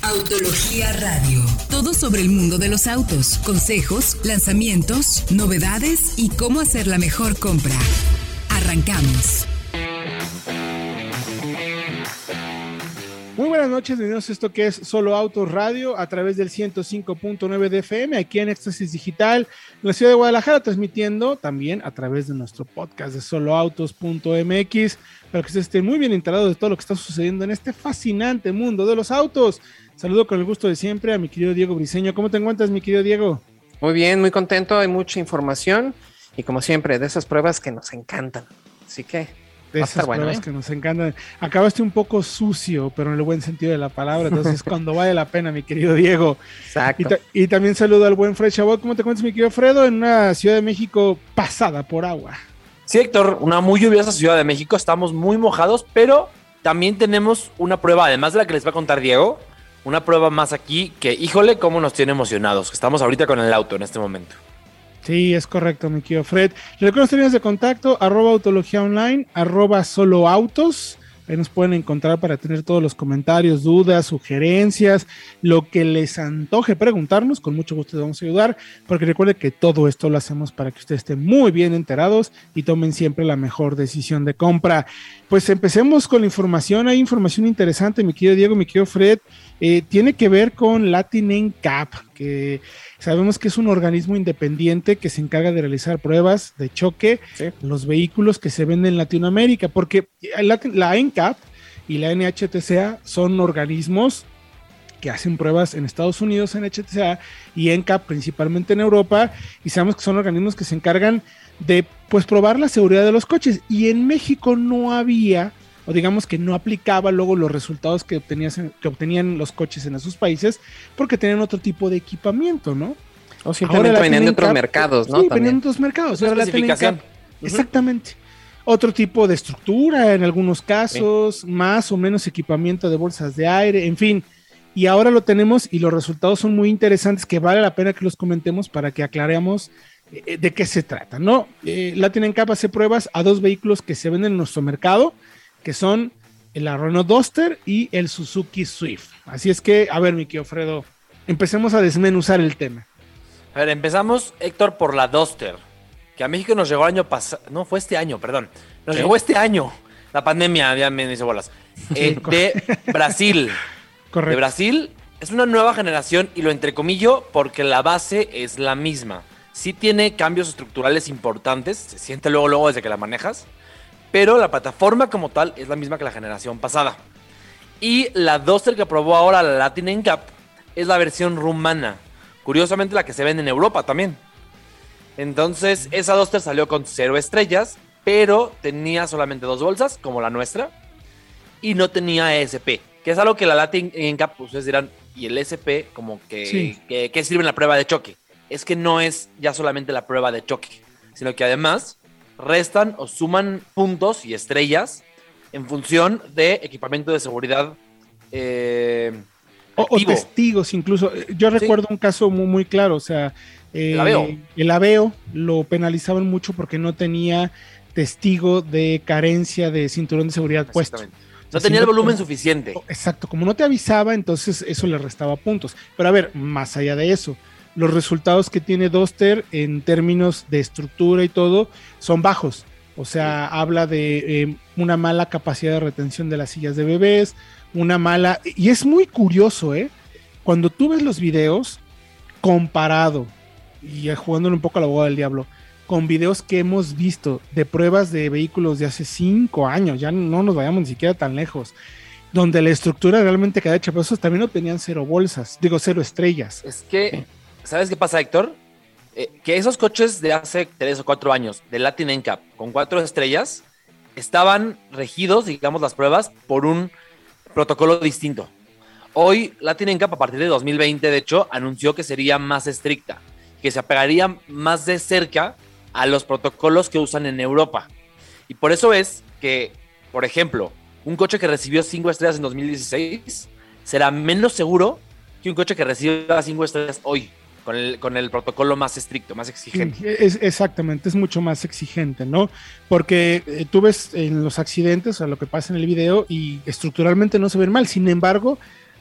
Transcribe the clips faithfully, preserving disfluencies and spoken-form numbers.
Autología Radio. Todo sobre el mundo de los autos, consejos, lanzamientos, novedades y cómo hacer la mejor compra. Arrancamos. Muy buenas noches, bienvenidos a esto que es Solo Autos Radio a través del ciento cinco punto nueve de F M aquí en Éxtasis Digital, en la ciudad de Guadalajara, transmitiendo también a través de nuestro podcast de solo autos punto m x para que ustedes estén muy bien enterados de todo lo que está sucediendo en este fascinante mundo de los autos. Saludo con el gusto de siempre a mi querido Diego Briseño. ¿Cómo te encuentras, mi querido Diego? Muy bien, muy contento, hay mucha información y como siempre, de esas pruebas que nos encantan. Así que de esas bueno, pruebas ¿eh? que nos encantan. Acabaste un poco sucio, pero en el buen sentido de la palabra, entonces cuando vale la pena, mi querido Diego. Exacto. Y, ta- y también saludo al buen Fred Chabot. ¿Cómo te encuentras, mi querido Fredo? En una Ciudad de México pasada por agua. Sí, Héctor, una muy lluviosa Ciudad de México, estamos muy mojados, pero también tenemos una prueba, además de la que les va a contar Diego, una prueba más aquí que, híjole, cómo nos tiene emocionados. Estamos ahorita con el auto en este momento. Sí, es correcto, mi querido Fred. Recuerden las líneas de contacto, arroba autología online, arroba solo autos. Ahí nos pueden encontrar para tener todos los comentarios, dudas, sugerencias, lo que les antoje preguntarnos. Con mucho gusto les vamos a ayudar, porque recuerden que todo esto lo hacemos para que ustedes estén muy bien enterados y tomen siempre la mejor decisión de compra. Pues empecemos con la información. Hay información interesante, mi querido Diego, mi querido Fred. Eh, tiene que ver con Latin N C A P, que sabemos que es un organismo independiente que se encarga de realizar pruebas de choque sí. en los vehículos que se venden en Latinoamérica, porque la, la N C A P y la N H T S A son organismos que hacen pruebas en Estados Unidos, N H T S A, y N C A P principalmente en Europa, y sabemos que son organismos que se encargan de pues probar la seguridad de los coches, y en México no había, o digamos que no aplicaba luego los resultados que, obtenías, que obtenían los coches en esos países, porque tenían otro tipo de equipamiento, ¿no? O simplemente venían de otros Cap, mercados, ¿no? Sí, También. venían de otros mercados. Otra especificación. Uh-huh. Exactamente. Otro tipo de estructura en algunos casos, sí. más o menos equipamiento de bolsas de aire, en fin. Y ahora lo tenemos y los resultados son muy interesantes, que vale la pena que los comentemos para que aclaremos eh, de qué se trata, ¿no? Eh, Latin N C A P hace pruebas a dos vehículos que se venden en nuestro mercado, que son el Renault Duster y el Suzuki Swift. Así es que, a ver, mi querido Fredo, empecemos a desmenuzar el tema. A ver, empezamos, Héctor, por la Duster, que a México nos llegó el año pasado, no, fue este año, perdón, nos ¿Sí? llegó este año, la pandemia, ya me hizo bolas, eh, de Brasil. Correcto. De Brasil, es una nueva generación, y lo entrecomillo porque la base es la misma. Sí tiene cambios estructurales importantes, se siente luego, luego desde que la manejas, pero la plataforma como tal es la misma que la generación pasada. Y la Duster que probó ahora la Latin N C A P es la versión rumana. Curiosamente la que se vende en Europa también. Entonces esa Duster salió con cero estrellas, pero tenía solamente dos bolsas, como la nuestra, y no tenía E S P, que es algo que la Latin N C A P, ustedes dirán, ¿y el E S P como que, sí. que, que sirve en la prueba de choque? Es que no es ya solamente la prueba de choque, sino que además restan o suman puntos y estrellas en función de equipamiento de seguridad eh, o, o testigos incluso. Yo recuerdo sí. un caso muy, muy claro, o sea, eh, el Aveo. El Aveo lo penalizaban mucho porque no tenía testigo de carencia de cinturón de seguridad puesto. No tenía el volumen suficiente. Exacto, como no te avisaba, entonces eso le restaba puntos. Pero a ver, más allá de eso, los resultados que tiene Duster en términos de estructura y todo son bajos. O sea, sí. habla de eh, una mala capacidad de retención de las sillas de bebés, una mala... Y es muy curioso, ¿eh? Cuando tú ves los videos, comparado, y jugándole un poco a la abogada del diablo, con videos que hemos visto de pruebas de vehículos de hace cinco años, ya no nos vayamos ni siquiera tan lejos, donde la estructura realmente queda hecha, pero esos también no tenían cero bolsas, digo, cero estrellas. Es que... ¿Sabes qué pasa, Héctor? Eh, que esos coches de hace tres o cuatro años, de Latin N C A P, con cuatro estrellas, estaban regidos, digamos, las pruebas, por un protocolo distinto. Hoy, Latin N C A P, a partir de dos mil veinte, de hecho, anunció que sería más estricta, que se apegaría más de cerca a los protocolos que usan en Europa. Y por eso es que, por ejemplo, un coche que recibió cinco estrellas en dos mil dieciséis será menos seguro que un coche que reciba cinco estrellas hoy. con el, con el protocolo más estricto, más exigente. Sí, es, exactamente, es mucho más exigente, ¿no? Porque eh, tú ves en los accidentes, o sea, lo que pasa en el video, y estructuralmente no se ven mal. Sin embargo,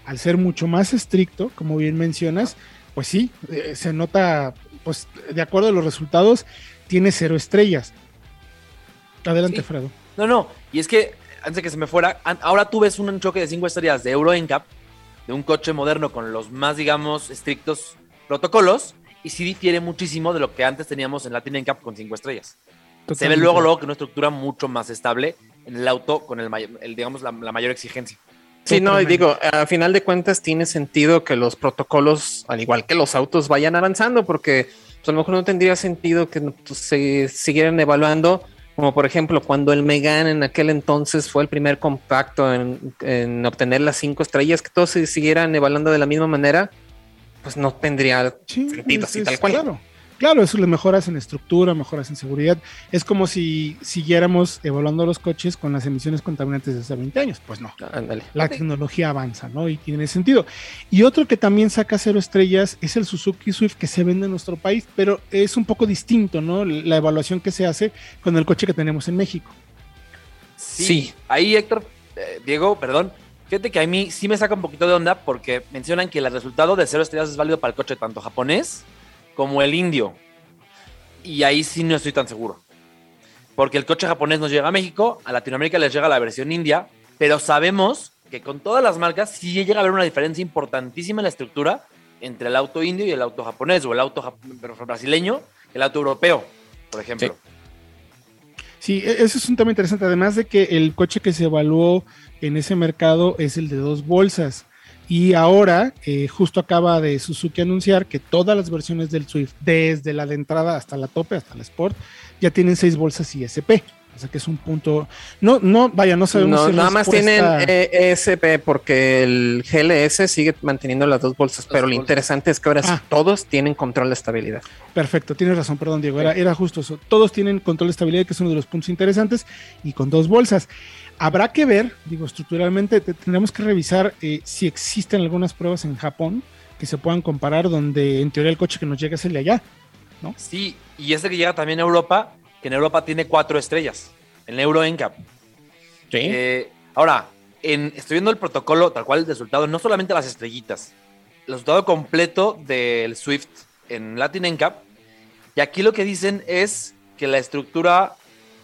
al ser mucho más estricto, como bien mencionas, pues sí, eh, se nota, pues de acuerdo a los resultados, tiene cero estrellas. Adelante, sí. Fredo. No, no, y es que, antes de que se me fuera, ahora tú ves un choque de cinco estrellas de Euro N C A P, de un coche moderno con los más, digamos, estrictos protocolos, y sí difiere muchísimo de lo que antes teníamos en Latin N C A P con cinco estrellas. Totalmente. Se ve luego, luego que una estructura mucho más estable en el auto con el, el digamos, la, la mayor exigencia. Sí, no, y digo, a final de cuentas tiene sentido que los protocolos, al igual que los autos, vayan avanzando, porque pues, a lo mejor no tendría sentido que pues, se siguieran evaluando, como por ejemplo cuando el Megane en aquel entonces fue el primer compacto en, en obtener las cinco estrellas, que todos se siguieran evaluando de la misma manera, pues no tendría sí, sentido es, así es, tal cual. Claro. Claro, eso le mejoras en estructura, mejoras en seguridad. Es como si siguiéramos evaluando los coches con las emisiones contaminantes de hace veinte años. Pues no, Ándale. La okay. tecnología avanza, ¿no? Y tiene sentido. Y otro que también saca cero estrellas es el Suzuki Swift que se vende en nuestro país, pero es un poco distinto, ¿no? La evaluación que se hace con el coche que tenemos en México. Sí, sí. Ahí Héctor, eh, Diego, perdón. Fíjate que a mí sí me saca un poquito de onda porque mencionan que el resultado de cero estrellas es válido para el coche tanto japonés como el indio. Y ahí sí no estoy tan seguro. Porque el coche japonés nos llega a México, a Latinoamérica les llega la versión india, pero sabemos que con todas las marcas sí llega a haber una diferencia importantísima en la estructura entre el auto indio y el auto japonés, o el auto brasileño y el auto europeo, por ejemplo. Sí. Sí, eso es un tema interesante. Además de que el coche que se evaluó en ese mercado es el de dos bolsas. Y ahora, eh, justo acaba de Suzuki anunciar que todas las versiones del Swift, desde la de entrada hasta la tope, hasta la Sport, ya tienen seis bolsas I S P. O sea que es un punto. No, no, vaya, no sabemos no, si nada más tienen respuesta... E S P porque el G L S sigue manteniendo las dos bolsas, las pero bolsas. Lo interesante es que ahora ah. todos tienen control de estabilidad. Perfecto, tienes razón, perdón, Diego, era, era justo eso. Todos tienen control de estabilidad, que es uno de los puntos interesantes, y con dos bolsas. Habrá que ver, digo, estructuralmente te, tendremos que revisar eh, si existen algunas pruebas en Japón que se puedan comparar, donde en teoría el coche que nos llega es el de allá, ¿no? Sí, y ese que llega también a Europa, que en Europa tiene cuatro estrellas, en Euro N C A P. Sí. Eh, ahora, en, estoy viendo el protocolo, tal cual el resultado, no solamente las estrellitas, el resultado completo del Swift en Latin N C A P, y aquí lo que dicen es que la estructura,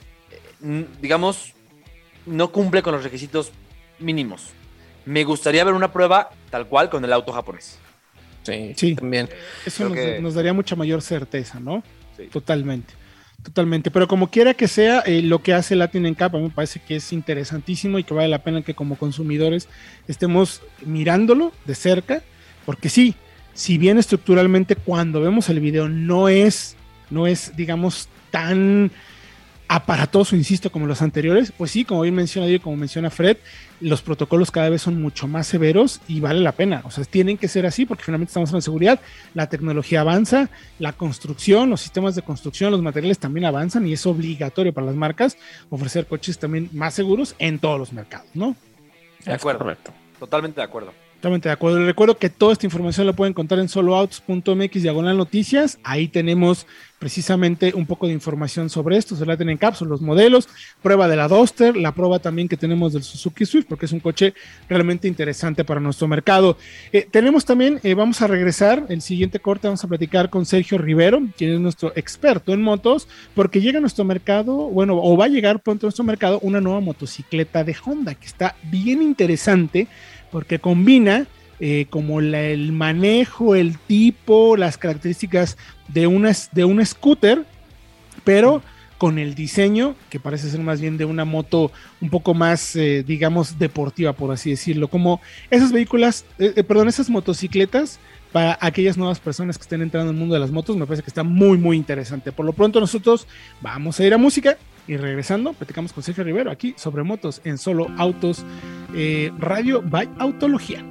eh, digamos, no cumple con los requisitos mínimos. Me gustaría ver una prueba tal cual con el auto japonés. Sí, sí, también. Eso nos, que... nos daría mucha mayor certeza, ¿no? Sí. Totalmente. Totalmente, pero como quiera que sea, eh, lo que hace Latin N C A P a mí me parece que es interesantísimo y que vale la pena que como consumidores estemos mirándolo de cerca, porque sí, si bien estructuralmente cuando vemos el video no es, no es digamos, tan aparatoso, insisto, como los anteriores, pues sí, como bien menciona Diego, como menciona Fred, los protocolos cada vez son mucho más severos y vale la pena, o sea, tienen que ser así porque finalmente estamos en seguridad, la tecnología avanza, la construcción, los sistemas de construcción, los materiales también avanzan y es obligatorio para las marcas ofrecer coches también más seguros en todos los mercados, ¿no? De acuerdo, correcto. Totalmente de acuerdo. Totalmente de acuerdo. Les recuerdo que toda esta información la pueden encontrar en soloautos punto m x diagonal noticias. Ahí tenemos precisamente un poco de información sobre esto, se la tienen en cápsulas, los modelos, prueba de la Duster, la prueba también que tenemos del Suzuki Swift, porque es un coche realmente interesante para nuestro mercado. Eh, tenemos también, eh, vamos a regresar, el siguiente corte vamos a platicar con Sergio Rivero, quien es nuestro experto en motos, porque llega a nuestro mercado, bueno, o va a llegar pronto a nuestro mercado una nueva motocicleta de Honda, que está bien interesante, porque combina eh, como la, el manejo, el tipo, las características de una, de un scooter, pero con el diseño, que parece ser más bien de una moto un poco más, eh, digamos, deportiva, por así decirlo, como esas vehículos, eh, eh, perdón, esas motocicletas para aquellas nuevas personas que estén entrando en el mundo de las motos, me parece que está muy, muy interesante. Por lo pronto nosotros vamos a ir a música y regresando, platicamos con Sergio Rivero aquí sobre motos en Solo Autos eh, Radio by Autología.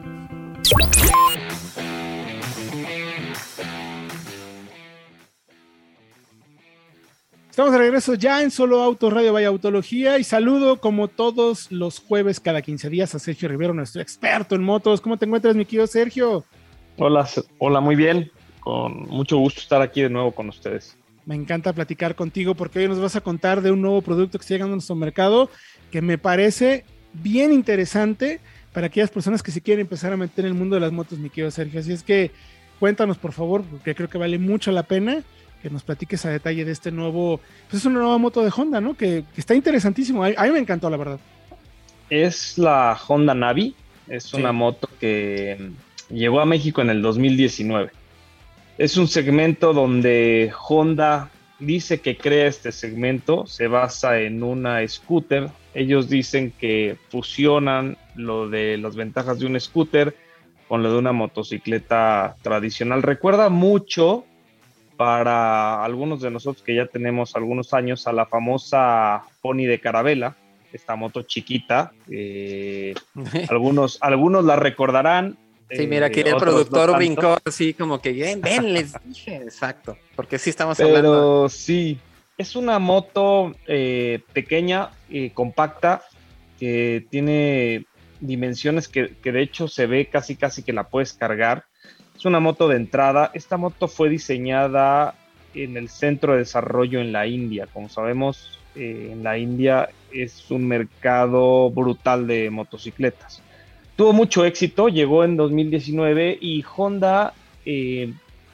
Estamos de regreso ya en Solo Autos Radio by Autología y saludo como todos los jueves cada quince días a Sergio Rivero, nuestro experto en motos. ¿Cómo te encuentras, mi querido Sergio? Hola, hola, muy bien. Con mucho gusto estar aquí de nuevo con ustedes. Me encanta platicar contigo porque hoy nos vas a contar de un nuevo producto que está llegando a nuestro mercado que me parece bien interesante para aquellas personas que se quieren empezar a meter en el mundo de las motos, mi querido Sergio. Así es que cuéntanos, por favor, porque creo que vale mucho la pena que nos platiques a detalle de este nuevo, pues es una nueva moto de Honda, ¿no? Que, que está interesantísimo. A, a mí me encantó, la verdad. Es la Honda Navi, es sí. una moto que llegó a México en el dos mil diecinueve. Es un segmento donde Honda dice que crea este segmento, se basa en una scooter. Ellos dicen que fusionan lo de las ventajas de un scooter con lo de una motocicleta tradicional. Recuerda mucho para algunos de nosotros que ya tenemos algunos años a la famosa Pony de Carabela, esta moto chiquita. Eh, algunos, algunos la recordarán. Sí, mira, aquí eh, el productor no brincó así como que, ven, ven, les dije, exacto, porque sí estamos Pero hablando. Pero sí, es una moto eh, pequeña y compacta, que tiene dimensiones que, que de hecho se ve casi casi que la puedes cargar. Es una moto de entrada. Esta moto fue diseñada en el Centro de Desarrollo en la India. Como sabemos, eh, en la India es un mercado brutal de motocicletas. Tuvo mucho éxito, llegó en dos mil diecinueve y Honda eh,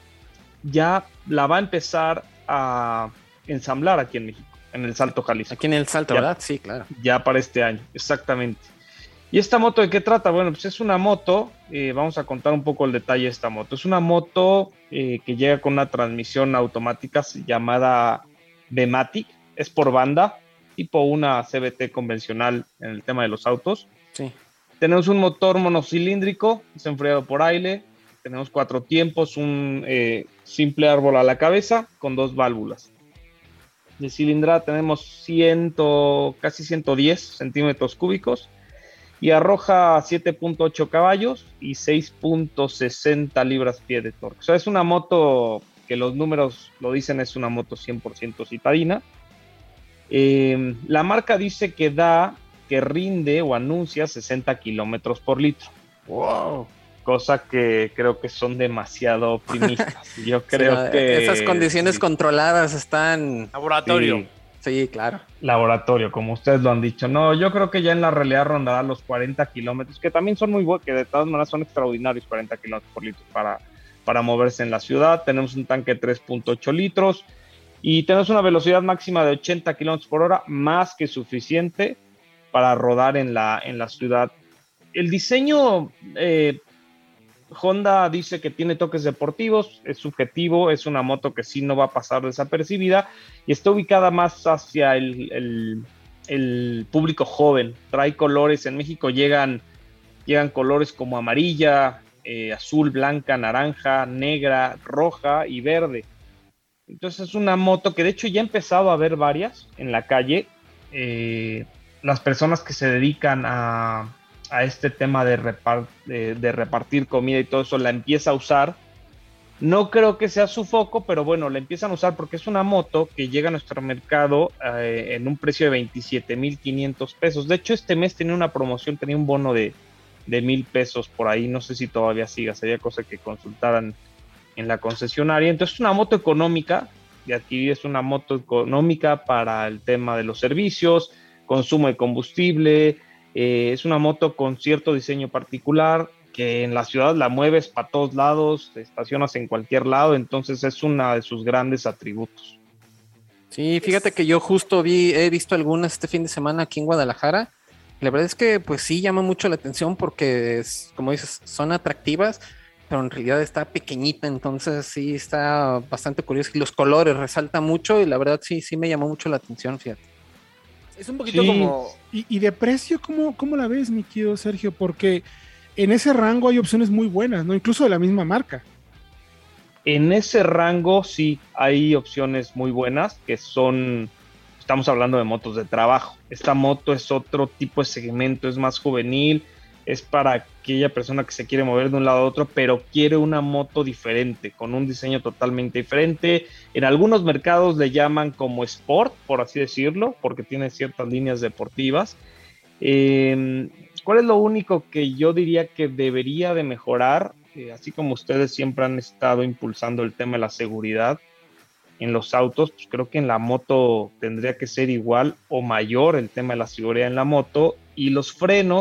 ya la va a empezar a ensamblar aquí en México, en el Salto Jalisco. Aquí en el Salto, ya, ¿verdad? Sí, claro. Ya para este año, exactamente. ¿Y esta moto de qué trata? Bueno, pues es una moto, eh, vamos a contar un poco el detalle de esta moto. Es una moto eh, que llega con una transmisión automática llamada V-Matic, es por banda, tipo una C V T convencional en el tema de los autos. Sí. Tenemos un motor monocilíndrico, es enfriado por aire, tenemos cuatro tiempos, un eh, simple árbol a la cabeza con dos válvulas. De cilindrada tenemos cien, casi ciento diez centímetros cúbicos y arroja siete punto ocho caballos y seis punto sesenta libras-pie de torque. O sea, es una moto que los números lo dicen, es una moto cien por ciento citadina. Eh, la marca dice que da... que rinde o anuncia sesenta kilómetros por litro. ¡Wow! Cosa que creo que son demasiado optimistas. Yo creo sí, no, que... Esas condiciones sí. controladas están... Laboratorio. Sí, sí, claro. Laboratorio, como ustedes lo han dicho. No, yo creo que ya en la realidad rondará los cuarenta kilómetros, que también son muy buenos, que de todas maneras son extraordinarios, cuarenta kilómetros por litro para, para moverse en la ciudad. Tenemos un tanque de tres punto ocho litros y tenemos una velocidad máxima de ochenta kilómetros por hora, más que suficiente para rodar en la, en la ciudad. El diseño, eh, Honda dice que tiene toques deportivos, es subjetivo, es una moto que sí no va a pasar desapercibida y está ubicada más hacia el, el, el público joven. Trae colores, en México llegan, llegan colores como amarilla, eh, azul, blanca, naranja, negra, roja y verde. Entonces es una moto que de hecho ya he empezado a ver varias en la calle. Eh, las personas que se dedican a, a este tema de, repart, de, de repartir comida y todo eso la empieza a usar. No creo que sea su foco, pero bueno, la empiezan a usar porque es una moto que llega a nuestro mercado eh, en un precio de veintisiete mil quinientos pesos. De hecho, este mes tenía una promoción, tenía un bono de, de mil pesos por ahí. No sé si todavía siga, sería cosa que consultaran en la concesionaria. Entonces, es una moto económica de adquirir, es una moto económica para el tema de los servicios, consumo de combustible, eh, es una moto con cierto diseño particular, que en la ciudad la mueves para todos lados, te estacionas en cualquier lado, entonces es uno de sus grandes atributos. Sí, fíjate que yo justo vi, he visto algunas este fin de semana aquí en Guadalajara. La verdad es que pues sí llama mucho la atención porque, es, como dices, son atractivas, pero en realidad está pequeñita, entonces sí está bastante curioso. Y los colores resaltan mucho y la verdad sí, sí me llamó mucho la atención, fíjate. Es un poquito sí. como... Y, y de precio, ¿cómo, ¿cómo la ves, mi querido Sergio? Porque en ese rango hay opciones muy buenas, ¿no? Incluso de la misma marca. En ese rango sí hay opciones muy buenas, que son, estamos hablando de motos de trabajo. Esta moto es otro tipo de segmento, es más juvenil, es para aquella persona que se quiere mover de un lado a otro, pero quiere una moto diferente, con un diseño totalmente diferente. En algunos mercados le llaman como Sport, por así decirlo, porque tiene ciertas líneas deportivas. Eh, ¿Cuál es lo único que yo diría que debería de mejorar? Eh, así como ustedes siempre han estado impulsando el tema de la seguridad en los autos, pues creo que en la moto tendría que ser igual o mayor el tema de la seguridad en la moto, y los frenos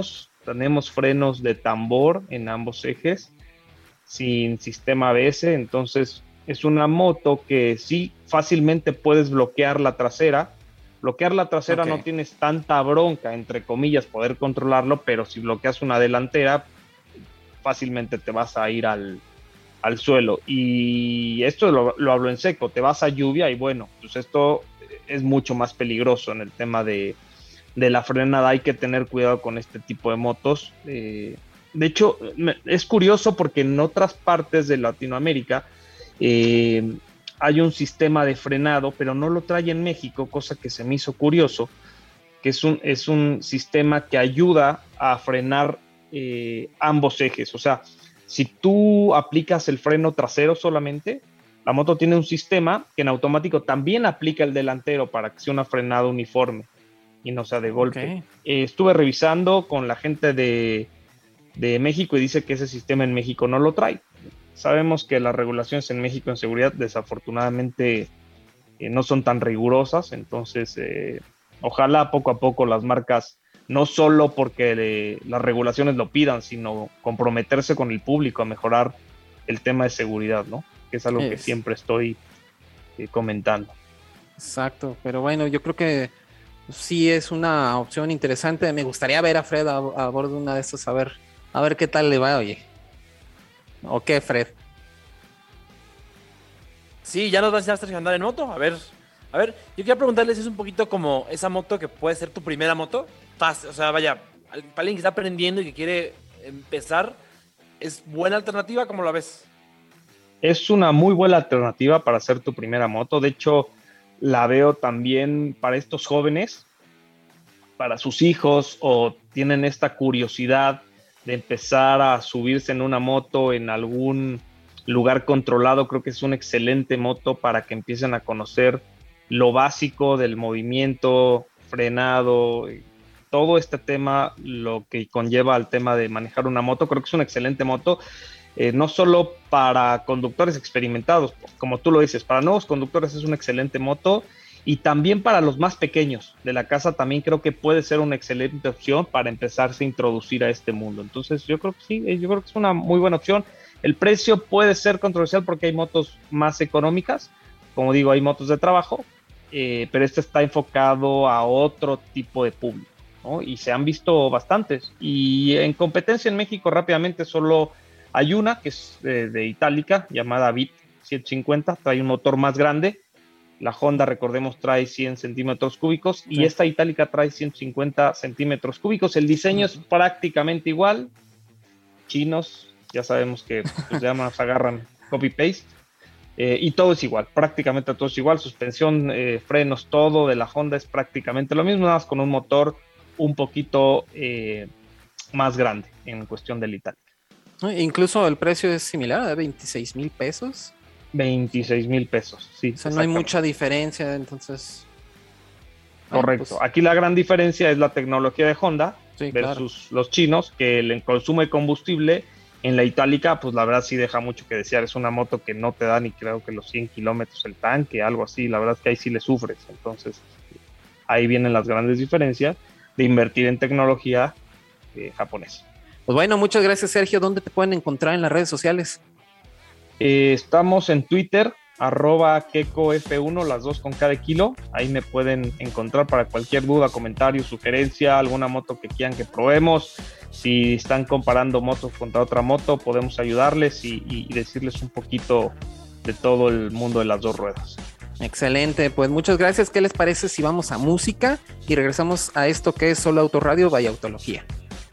Tenemos frenos de tambor en ambos ejes, sin sistema A B S, entonces es una moto que sí fácilmente puedes bloquear la trasera. Bloquear la trasera okay. No tienes tanta bronca, entre comillas, poder controlarlo, pero si bloqueas una delantera, fácilmente te vas a ir al, al suelo. Y esto lo, lo hablo en seco, te vas a lluvia y bueno, pues esto es mucho más peligroso en el tema de, de la frenada. Hay que tener cuidado con este tipo de motos. Eh, de hecho, es curioso porque en otras partes de Latinoamérica eh, hay un sistema de frenado, pero no lo trae en México, cosa que se me hizo curioso, que es un, es un sistema que ayuda a frenar eh, ambos ejes. O sea, si tú aplicas el freno trasero solamente, la moto tiene un sistema que en automático también aplica el delantero para que sea una frenada uniforme y no sea de golpe. Okay. Eh, estuve revisando con la gente de, de México y dice que ese sistema en México no lo trae. Sabemos que las regulaciones en México en seguridad desafortunadamente eh, no son tan rigurosas, entonces eh, ojalá poco a poco las marcas, no solo porque eh, las regulaciones lo pidan, sino comprometerse con el público a mejorar el tema de seguridad, ¿no? Que es algo es. que siempre estoy eh, comentando. Exacto, pero bueno, yo creo que sí es una opción interesante. Me gustaría ver a Fred a, a bordo de una de estas, a ver, a ver qué tal le va, oye. ¿O qué, Fred? Sí, ya nos vas a hacer andar en moto. A ver, a ver, yo quería preguntarles, es un poquito como esa moto que puede ser tu primera moto. Fácil, o sea, vaya, para alguien que está aprendiendo y que quiere empezar, ¿es buena alternativa? ¿Cómo la ves? Es una muy buena alternativa para hacer tu primera moto. De hecho, la veo también para estos jóvenes, para sus hijos, o tienen esta curiosidad de empezar a subirse en una moto en algún lugar controlado. Creo que es una excelente moto para que empiecen a conocer lo básico del movimiento, frenado, todo este tema, lo que conlleva al tema de manejar una moto. Creo que es una excelente moto, eh, no solo para conductores experimentados, como tú lo dices, para nuevos conductores es una excelente moto, y también para los más pequeños de la casa también creo que puede ser una excelente opción para empezarse a introducir a este mundo. Entonces yo creo que sí, yo creo que es una muy buena opción. El precio puede ser controversial porque hay motos más económicas, como digo, hay motos de trabajo, eh, pero este está enfocado a otro tipo de público, ¿no? Y se han visto bastantes. Y en competencia en México rápidamente solo hay una que es de, de Itálica, llamada Bit ciento cincuenta, trae un motor más grande. La Honda, recordemos, trae cien centímetros cúbicos, sí. Y esta Itálica trae ciento cincuenta centímetros cúbicos. El diseño uh-huh. es prácticamente igual. Chinos, ya sabemos que pues, ya más agarran copy-paste. Eh, y todo es igual, prácticamente todo es igual. Suspensión, eh, frenos, todo de la Honda es prácticamente lo mismo, nada más con un motor un poquito eh, más grande en cuestión del Itálica. Incluso el precio es similar, de veintiséis mil pesos. veintiséis mil pesos, sí. O sea, no hay mucha diferencia, entonces. Correcto. Pues, aquí la gran diferencia es la tecnología de Honda sí, versus claro. los chinos, que el consumo de combustible en la Itálica, pues la verdad sí deja mucho que desear. Es una moto que no te da ni creo que los cien kilómetros el tanque, algo así. La verdad es que ahí sí le sufres. Entonces, ahí vienen las grandes diferencias de invertir en tecnología eh, japonesa. Pues bueno, muchas gracias, Sergio. ¿Dónde te pueden encontrar en las redes sociales? Eh, estamos en Twitter, arroba Keko F uno, las dos con cada kilo. Ahí me pueden encontrar para cualquier duda, comentario, sugerencia, alguna moto que quieran que probemos. Si están comparando motos contra otra moto, podemos ayudarles y, y, y decirles un poquito de todo el mundo de las dos ruedas. Excelente, pues muchas gracias. ¿Qué les parece si vamos a música y regresamos a esto que es Solo Autoradio by Autología?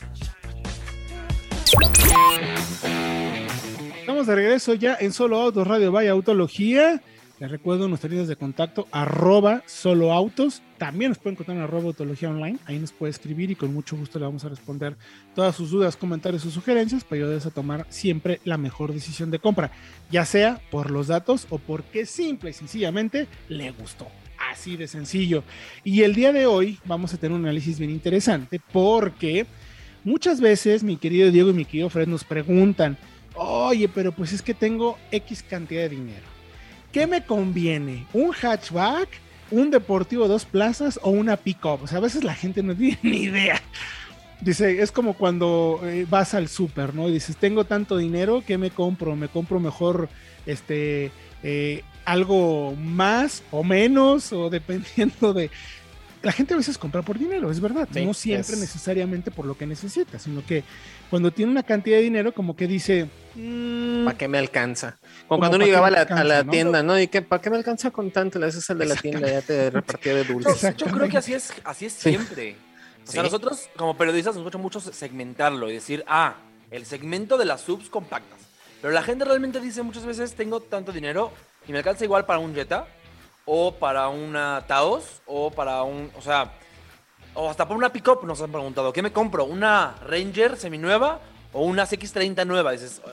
Estamos de regreso ya en Solo Autos Radio by Autología. Les recuerdo nuestras líneas de contacto, arroba Solo Autos. También nos pueden encontrar en arroba Autología Online. Ahí nos puede escribir y con mucho gusto le vamos a responder todas sus dudas, comentarios o sugerencias para ayudarles a tomar siempre la mejor decisión de compra, ya sea por los datos o porque simple y sencillamente le gustó. Así de sencillo. Y el día de hoy vamos a tener un análisis bien interesante porque muchas veces mi querido Diego y mi querido Fred nos preguntan: oye, pero pues es que tengo X cantidad de dinero. ¿Qué me conviene? ¿Un hatchback? ¿Un deportivo dos plazas? ¿O una pick-up? O sea, a veces la gente no tiene ni idea. Dice, es como cuando eh, vas al súper, ¿no? Y dices, tengo tanto dinero, ¿qué me compro? Me compro mejor este eh, algo más o menos, o dependiendo de... La gente a veces compra por dinero, es verdad. Sí, no siempre es... necesariamente por lo que necesita, sino que cuando tiene una cantidad de dinero, como que dice... Mmm, ¿para qué me alcanza? Como, como cuando uno llegaba a la, alcanza, a la tienda, ¿no? ¿no? ¿Y qué, para qué me alcanza con tanto? Le haces el de la tienda, ya te repartía de dulces. Yo creo que así es, así es siempre. Sí. O sea, ¿sí? Nosotros como periodistas nos gusta mucho segmentarlo y decir, ah, el segmento de las subs compactas. Pero la gente realmente dice muchas veces, tengo tanto dinero y me alcanza igual para un Jetta o para una Taos o para un, o sea, o hasta para una pick-up nos han preguntado, ¿qué me compro? ¿Una Ranger seminueva o una C X treinta nueva? Dices,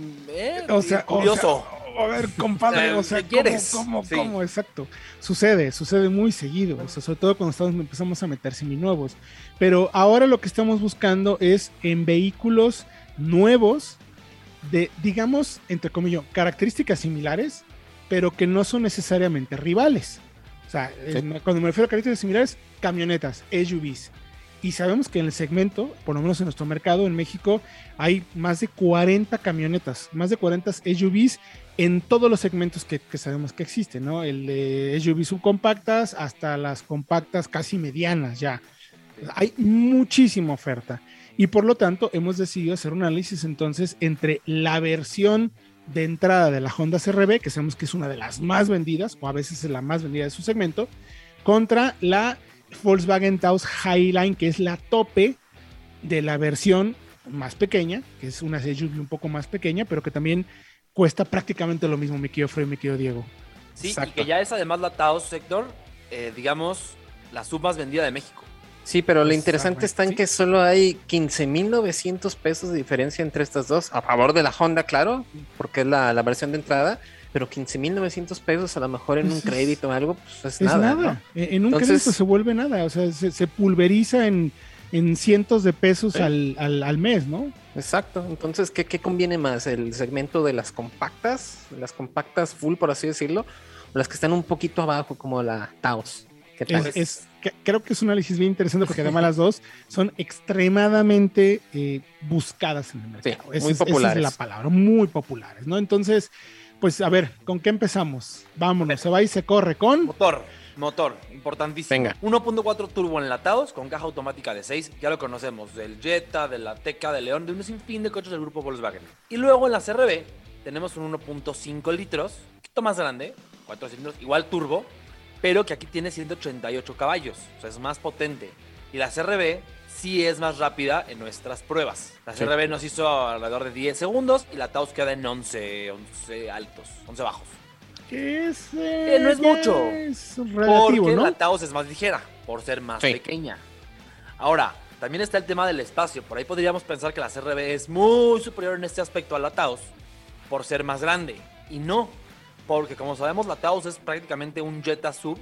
eh, o sea, curioso. O sea, a ver, compadre, o sea, ¿qué quieres? ¿cómo, cómo, sí. cómo? Exacto. Sucede, sucede muy seguido, o sea, sobre todo cuando estamos, empezamos a meter seminuevos. Pero ahora lo que estamos buscando es en vehículos nuevos de, digamos, entre comillas, características similares, pero que no son necesariamente rivales. O sea, sí. Cuando me refiero a características similares, camionetas, S U Vs. Y sabemos que en el segmento, por lo menos en nuestro mercado, en México, hay más de cuarenta camionetas, más de cuarenta S U Vs en todos los segmentos que, que sabemos que existen, ¿no? El de S U V subcompactas hasta las compactas casi medianas ya. Hay muchísima oferta. Y por lo tanto, hemos decidido hacer un análisis entonces entre la versión de entrada de la Honda C R V, que sabemos que es una de las más vendidas, o a veces es la más vendida de su segmento, contra la Volkswagen Taos Highline, que es la tope de la versión más pequeña, que es una S U V un poco más pequeña, pero que también cuesta prácticamente lo mismo, mi querido Fred, mi querido Diego. Sí, exacto. Y que ya es además la Taos Sector, eh, digamos, la sub más vendida de México. Sí, pero lo interesante está en sí. que solo hay quince mil novecientos pesos de diferencia entre estas dos, a favor de la Honda, claro, porque es la, la versión de entrada. Pero quince mil novecientos pesos a lo mejor en un crédito o algo, pues es, es nada. nada. ¿no? En un Entonces, crédito se vuelve nada, o sea, se, se pulveriza en, en cientos de pesos sí. al, al, al mes, ¿no? Exacto. Entonces, ¿qué, ¿qué conviene más? ¿El segmento de las compactas? ¿Las compactas full, por así decirlo? ¿O las que están un poquito abajo, como la Taos? ¿Qué tal? Es, es, que, creo que es un análisis bien interesante porque además las dos son extremadamente eh, buscadas en el mercado. Sí, es, muy populares. Esa es la palabra, muy populares, ¿no? Entonces... Pues a ver, ¿con qué empezamos? Vámonos, se va y se corre con... Motor, motor, importantísimo. Venga. uno punto cuatro turbo enlatados con caja automática de seis, ya lo conocemos, del Jetta, de la Teca, de León, de un sinfín de coches del grupo Volkswagen. Y luego en la C R V tenemos un uno punto cinco litros, un poquito más grande, cuatro cilindros, igual turbo, pero que aquí tiene ciento ochenta y ocho caballos, o sea, es más potente. Y la C R V sí es más rápida en nuestras pruebas. La C R V sí. nos hizo alrededor de diez segundos y la Taos queda en once, once altos, once bajos. Que es, eh, no es mucho. Es relativo, porque ¿no? la Taos es más ligera, por ser más sí. pequeña. Ahora, también está el tema del espacio. Por ahí podríamos pensar que la C R V es muy superior en este aspecto a la Taos, por ser más grande. Y no, porque como sabemos, la Taos es prácticamente un Jetta sub.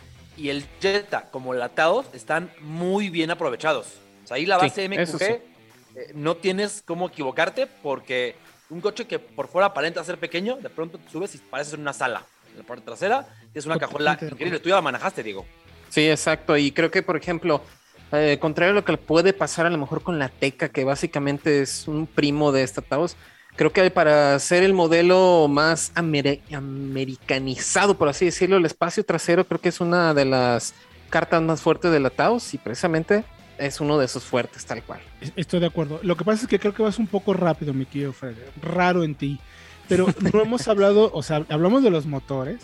Y el Jetta como la Taos están muy bien aprovechados. O sea, ahí la base sí, M Q G sí. eh, no tienes cómo equivocarte porque un coche que por fuera aparenta ser pequeño, de pronto te subes y parece ser una sala. En la parte trasera tienes una cajuela increíble. Tú ya la manejaste, Diego. Sí, exacto. Y creo que, por ejemplo, eh, contrario a lo que le puede pasar a lo mejor con la Teca, que básicamente es un primo de esta Taos, creo que para hacer el modelo más amer- americanizado, por así decirlo, el espacio trasero creo que es una de las cartas más fuertes de la Taos y precisamente es uno de esos fuertes, tal cual. Estoy de acuerdo. Lo que pasa es que creo que vas un poco rápido, mi querido Fred. Raro en ti. Pero no hemos hablado, o sea, hablamos de los motores,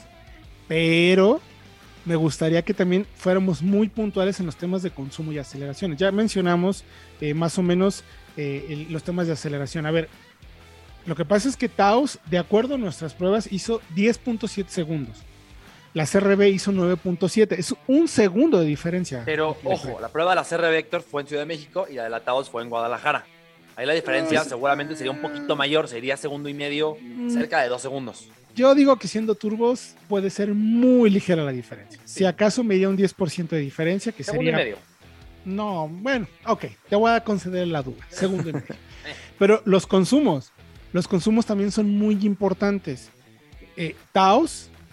pero me gustaría que también fuéramos muy puntuales en los temas de consumo y aceleración. Ya mencionamos eh, más o menos eh, el, los temas de aceleración. A ver, lo que pasa es que Taos, de acuerdo a nuestras pruebas, hizo diez punto siete segundos. La C R V hizo nueve punto siete. Es un segundo de diferencia. Pero, ojo, la prueba de la C R V Vector fue en Ciudad de México y la de la Taos fue en Guadalajara. Ahí la diferencia no, seguramente sería un poquito mayor, sería segundo y medio, cerca de dos segundos. Yo digo que siendo turbos puede ser muy ligera la diferencia. Sí. Si acaso me iría un diez por ciento de diferencia, que segundo sería... Segundo y medio. No, bueno, ok, te voy a conceder la duda. Segundo y medio. Pero los consumos, los consumos también son muy importantes. Eh, Taos...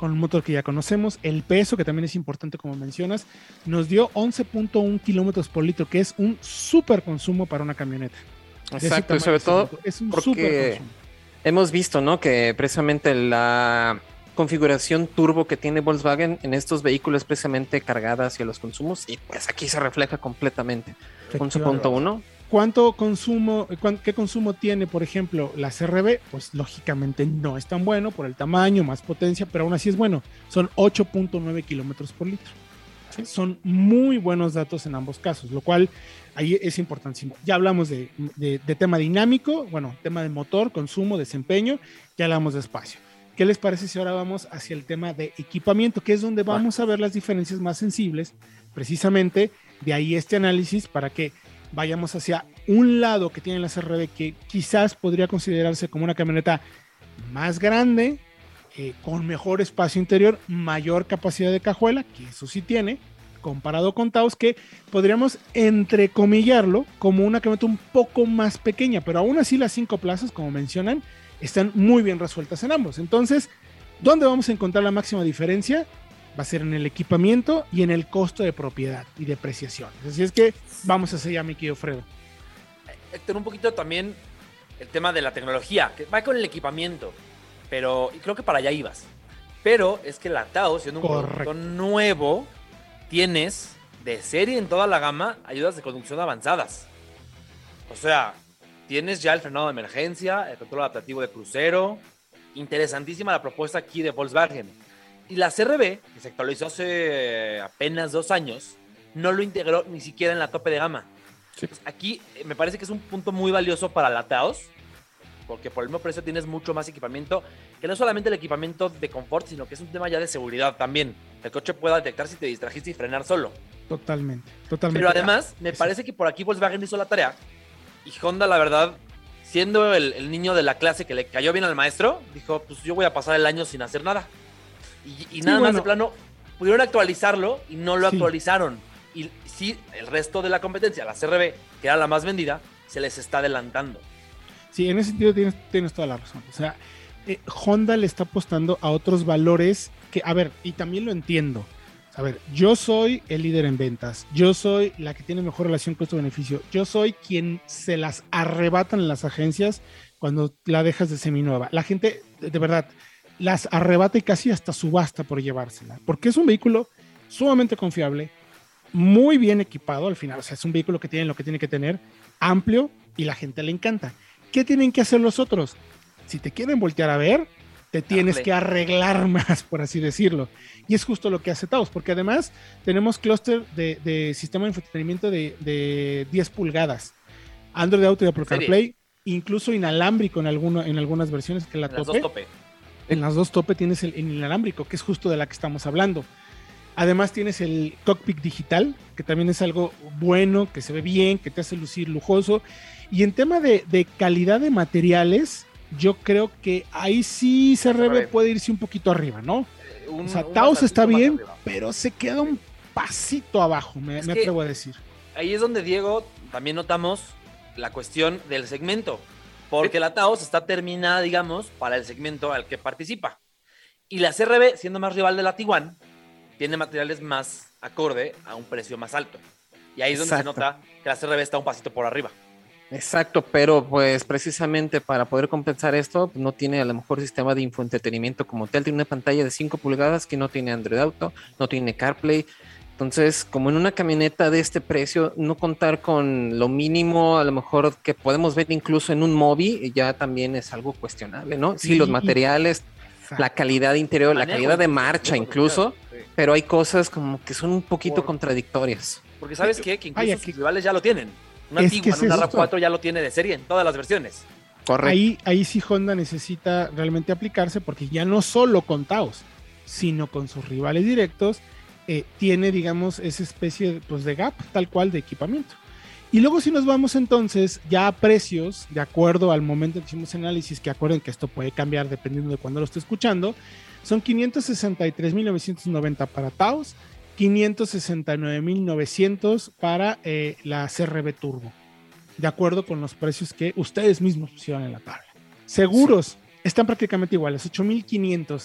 con un motor que ya conocemos. El peso, que también es importante como mencionas, nos dio once punto uno kilómetros por litro, que es un súper consumo para una camioneta. Exacto, y sobre todo es un súper consumo. Hemos visto, ¿no?, que precisamente la configuración turbo que tiene Volkswagen en estos vehículos precisamente cargada hacia los consumos, y pues aquí se refleja completamente. once punto uno. ¿Cuánto consumo, cuán, qué consumo tiene, por ejemplo, la C R V? Pues lógicamente no es tan bueno por el tamaño, más potencia, pero aún así es bueno. Son ocho punto nueve kilómetros por litro. ¿Sí? Son muy buenos datos en ambos casos, lo cual ahí es importantísimo. Ya hablamos de, de, de tema dinámico, bueno, tema de motor, consumo, desempeño, ya hablamos de espacio. ¿Qué les parece si ahora vamos hacia el tema de equipamiento, que es donde vamos a ver las diferencias más sensibles? Precisamente de ahí este análisis para que vayamos hacia un lado que tiene la C R V que quizás podría considerarse como una camioneta más grande, eh, con mejor espacio interior, mayor capacidad de cajuela, que eso sí tiene, comparado con Taos, que podríamos entrecomillarlo como una camioneta un poco más pequeña, pero aún así las cinco plazas, como mencionan, están muy bien resueltas en ambos. Entonces, ¿dónde vamos a encontrar la máxima diferencia? Va a ser en el equipamiento y en el costo de propiedad y depreciación. Así es que vamos hacia allá, mi querido Fredo. Héctor, un poquito también el tema de la tecnología, que va con el equipamiento, pero y creo que para allá ibas. Pero es que la Taos, siendo un Correcto. producto nuevo, tienes de serie en toda la gama ayudas de conducción avanzadas. O sea, tienes ya el frenado de emergencia, el control adaptativo de crucero. Interesantísima la propuesta aquí de Volkswagen. Y la C R V, que se actualizó hace apenas dos años, no lo integró ni siquiera en la tope de gama. Sí. Pues aquí eh, me parece que es un punto muy valioso para la Taos, porque por el mismo precio tienes mucho más equipamiento, que no solamente el equipamiento de confort, sino que es un tema ya de seguridad también. El coche pueda detectar si te distrajiste y frenar solo. Totalmente, totalmente. Pero además, me sí. parece que por aquí Volkswagen hizo la tarea, y Honda, la verdad, siendo el, el niño de la clase que le cayó bien al maestro, dijo, pues yo voy a pasar el año sin hacer nada. Y, y nada sí, más bueno. de plano, pudieron actualizarlo y no lo sí. actualizaron. Y sí, el resto de la competencia, la C R V, que era la más vendida, se les está adelantando. Sí, en ese sentido tienes, tienes toda la razón. O sea, eh, Honda le está apostando a otros valores que, a ver, y también lo entiendo. A ver, yo soy el líder en ventas, yo soy la que tiene mejor relación costo-beneficio, yo soy quien se las arrebatan en las agencias cuando la dejas de seminueva. La gente, de, de verdad, las arrebata y casi hasta subasta por llevársela, porque es un vehículo sumamente confiable, muy bien equipado al final, o sea, es un vehículo que tiene lo que tiene que tener, amplio, y la gente le encanta. ¿Qué tienen que hacer los otros? Si te quieren voltear a ver, te tienes que arreglar más, por así decirlo. Y es justo lo que hace Taos, porque además tenemos clúster de, de sistema de entretenimiento de, de diez pulgadas, Android Auto y Apple CarPlay, incluso inalámbrico en, alguno, en algunas versiones, que la en tope. Las dos tope. En las dos tope tienes el, el inalámbrico, que es justo de la que estamos hablando. Además tienes el cockpit digital, que también es algo bueno, que se ve bien, que te hace lucir lujoso. Y en tema de, de calidad de materiales, yo creo que ahí sí C R V puede irse un poquito arriba, ¿no? Un, o sea, Taos está bien, pero se queda un pasito abajo, me, me atrevo a decir. Ahí es donde, Diego, también notamos la cuestión del segmento, porque la Taos está terminada, digamos, para el segmento al que participa. Y la C R V, siendo más rival de la Tiguan, tiene materiales más acorde a un precio más alto. Y ahí es donde Exacto. se nota que la C R V está un pasito por arriba. Exacto, pero pues precisamente para poder compensar esto, no tiene a lo mejor sistema de infoentretenimiento como tal, tiene una pantalla de cinco pulgadas que no tiene Android Auto, no tiene CarPlay. Entonces, como en una camioneta de este precio, no contar con lo mínimo, a lo mejor que podemos ver incluso en un Mobi, ya también es algo cuestionable, ¿no? Sí, sí los materiales, exacto. la calidad interior, la calidad de marcha incluso, sí. pero hay cosas como que son un poquito Por... contradictorias. Porque ¿sabes qué? Que incluso Ay, sus rivales ya lo tienen. Una es Tiguan, que una RAV cuatro ya lo tiene de serie en todas las versiones. Correcto. Ahí, ahí sí Honda necesita realmente aplicarse, porque ya no solo con Taos, sino con sus rivales directos, eh, tiene, digamos, esa especie pues, de gap tal cual de equipamiento. Y luego si nos vamos entonces ya a precios, de acuerdo al momento que hicimos análisis, que acuerden que esto puede cambiar dependiendo de cuándo lo esté escuchando, son quinientos sesenta y tres mil novecientos noventa para Taos, quinientos sesenta y nueve mil novecientos para eh, la C R V Turbo, de acuerdo con los precios que ustedes mismos pusieron en la tabla. Seguros sí. están prácticamente iguales, ocho mil quinientos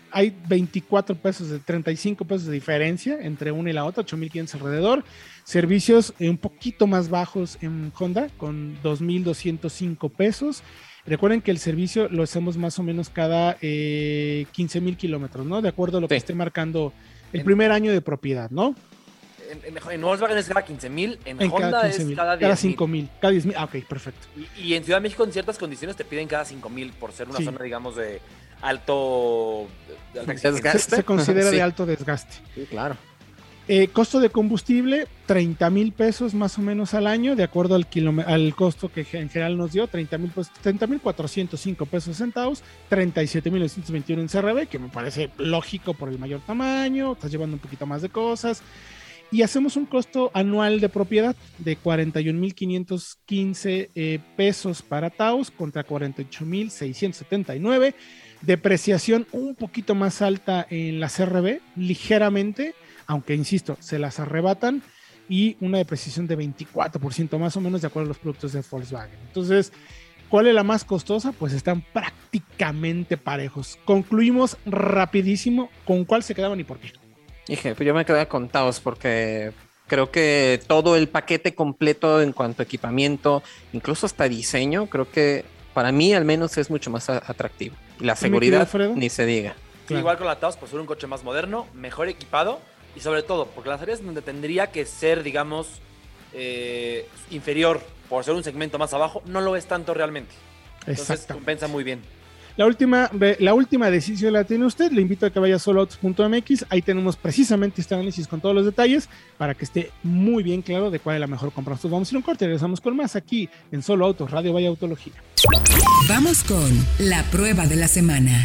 hay veinticuatro pesos, de treinta y cinco pesos de diferencia entre una y la otra, ocho mil quinientos alrededor. Servicios eh, un poquito más bajos en Honda, con dos mil doscientos cinco pesos. Recuerden que el servicio lo hacemos más o menos cada eh, quince mil kilómetros, ¿no? De acuerdo a lo que sí. esté marcando el en, primer año de propiedad, ¿no? En, en, en Volkswagen es cada quince mil, en, en Honda cada es mil, cada diez cada cinco mil. Cada diez mil, ah, ok, perfecto. Y, y en Ciudad de México en ciertas condiciones te piden cada cinco mil por ser una sí. zona, digamos, de alto... De alta desgaste. Se, se considera sí. de alto desgaste. Sí, claro. Eh, costo de combustible, treinta mil pesos más o menos al año, de acuerdo al, kilom- al costo que en general nos dio, treinta mil cuatrocientos cinco pesos centavos, treinta y siete mil novecientos veintiuno en C R B, que me parece lógico por el mayor tamaño, estás llevando un poquito más de cosas, y hacemos un costo anual de propiedad de cuarenta y un mil quinientos quince eh, pesos para Taos contra cuarenta y ocho mil seiscientos setenta y nueve, depreciación un poquito más alta en la C R B, ligeramente, aunque insisto, se las arrebatan, y una depreciación de veinticuatro por ciento más o menos de acuerdo a los productos de Volkswagen. Entonces, ¿cuál es la más costosa? Pues están prácticamente parejos. Concluimos rapidísimo con cuál se quedaban y por qué. Dije, pues yo me quedé con Taos porque creo que todo el paquete completo en cuanto a equipamiento, incluso hasta diseño, creo que para mí al menos es mucho más atractivo. Y la seguridad ni se diga. Claro. Igual con la Taos, por ser un coche más moderno, mejor equipado. Y sobre todo, porque las áreas donde tendría que ser, digamos, eh, inferior por ser un segmento más abajo, no lo es tanto realmente. Entonces compensa muy bien. La última, la última decisión la tiene usted. Le invito a que vaya a solo autos punto m x. Ahí tenemos precisamente este análisis con todos los detalles para que esté muy bien claro de cuál es la mejor compra. Nosotros vamos a ir a un corte y regresamos con más aquí en Solo Autos, Radio Vaya Autología. Vamos con la prueba de la semana.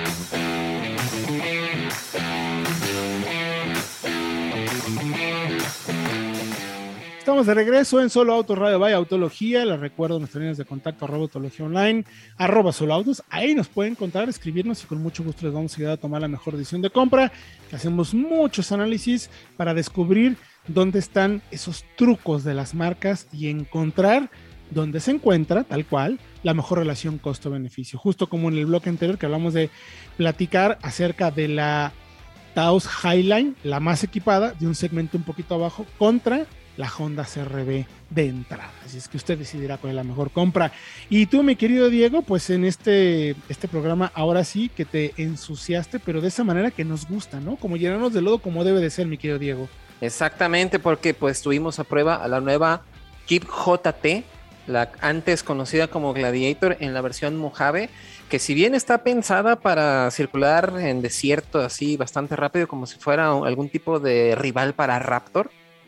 Estamos de regreso en Solo Autos, Radio Vaya Autología. Les recuerdo nuestras líneas de contacto, arroba autología online, arroba solo autos. Ahí nos pueden encontrar, escribirnos y con mucho gusto les vamos a ayudar a tomar la mejor decisión de compra. Hacemos muchos análisis para descubrir dónde están esos trucos de las marcas y encontrar dónde se encuentra, tal cual, la mejor relación costo-beneficio. Justo como en el bloque anterior que hablamos de platicar acerca de la Taos Highline, la más equipada, de un segmento un poquito abajo, contra la Honda C R V de entrada. Así es que usted decidirá cuál es la mejor compra. Y tú, mi querido Diego, pues en este, este programa ahora sí que te ensuciaste, pero de esa manera que nos gusta, ¿no? Como llenarnos de lodo como debe de ser, mi querido Diego. Exactamente, porque pues tuvimos a prueba a la nueva Jeep J T, la antes conocida como Gladiator en la versión Mojave, que si bien está pensada para circular en desierto así bastante rápido, como si fuera algún tipo de rival para Raptor,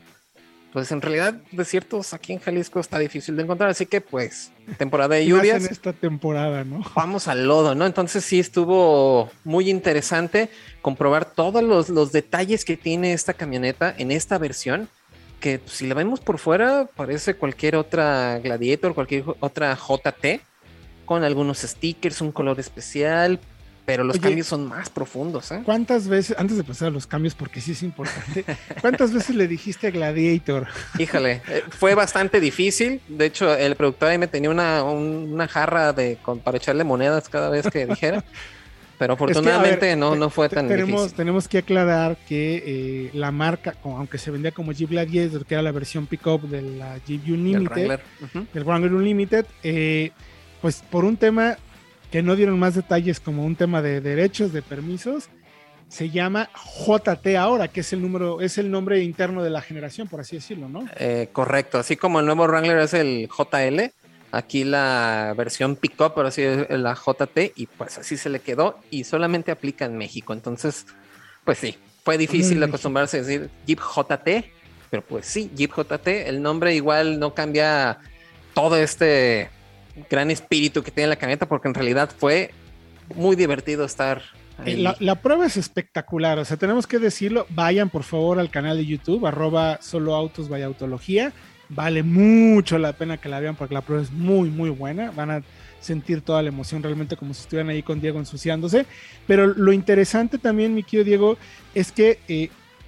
pues en realidad desiertos aquí en Jalisco está difícil de encontrar, así que pues temporada de lluvias. En esta temporada, ¿no? Vamos al lodo, ¿no? Entonces sí estuvo muy interesante comprobar todos los, los detalles que tiene esta camioneta en esta versión, que pues, si la vemos por fuera parece cualquier otra Gladiator, cualquier otra J T, con algunos stickers, un color especial, pero los Oye, cambios son más profundos, ¿eh? ¿Cuántas veces, antes de pasar a los cambios, porque sí es importante, ¿cuántas veces le dijiste a Gladiator? Híjole, eh, fue bastante difícil. De hecho, el productor ahí me tenía una, un, una jarra de, con, para echarle monedas cada vez que dijera. Pero afortunadamente es que, ver, no, no fue tan tenemos, difícil. Tenemos que aclarar que eh, la marca, aunque se vendía como Jeep Gladiator, que era la versión pick-up de la Jeep Unlimited, Wrangler. Uh-huh. del Wrangler Unlimited, eh, pues por un tema que no dieron más detalles, como un tema de derechos, de permisos, se llama J T ahora, que es el número, es el nombre interno de la generación, por así decirlo, ¿no? Eh, correcto, así como el nuevo Wrangler es el J L, aquí la versión pick-up, por así es la J T, y pues así se le quedó, y solamente aplica en México. Entonces, pues sí, fue difícil Muy acostumbrarse México. a decir Jeep J T, pero pues sí, Jeep J T, el nombre igual no cambia todo este gran espíritu que tiene la camioneta, porque en realidad fue muy divertido estar ahí. La, la prueba es espectacular, o sea, tenemos que decirlo. Vayan por favor al canal de YouTube, arroba solo autos vaya autología. Vale mucho la pena que la vean porque la prueba es muy muy buena. Van a sentir toda la emoción realmente como si estuvieran ahí con Diego ensuciándose. Pero lo interesante también, mi querido Diego, es que eh,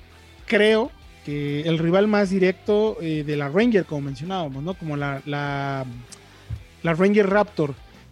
creo que el rival más directo eh, de la Ranger, como mencionábamos, ¿no? Como la, la, la Ranger Raptor,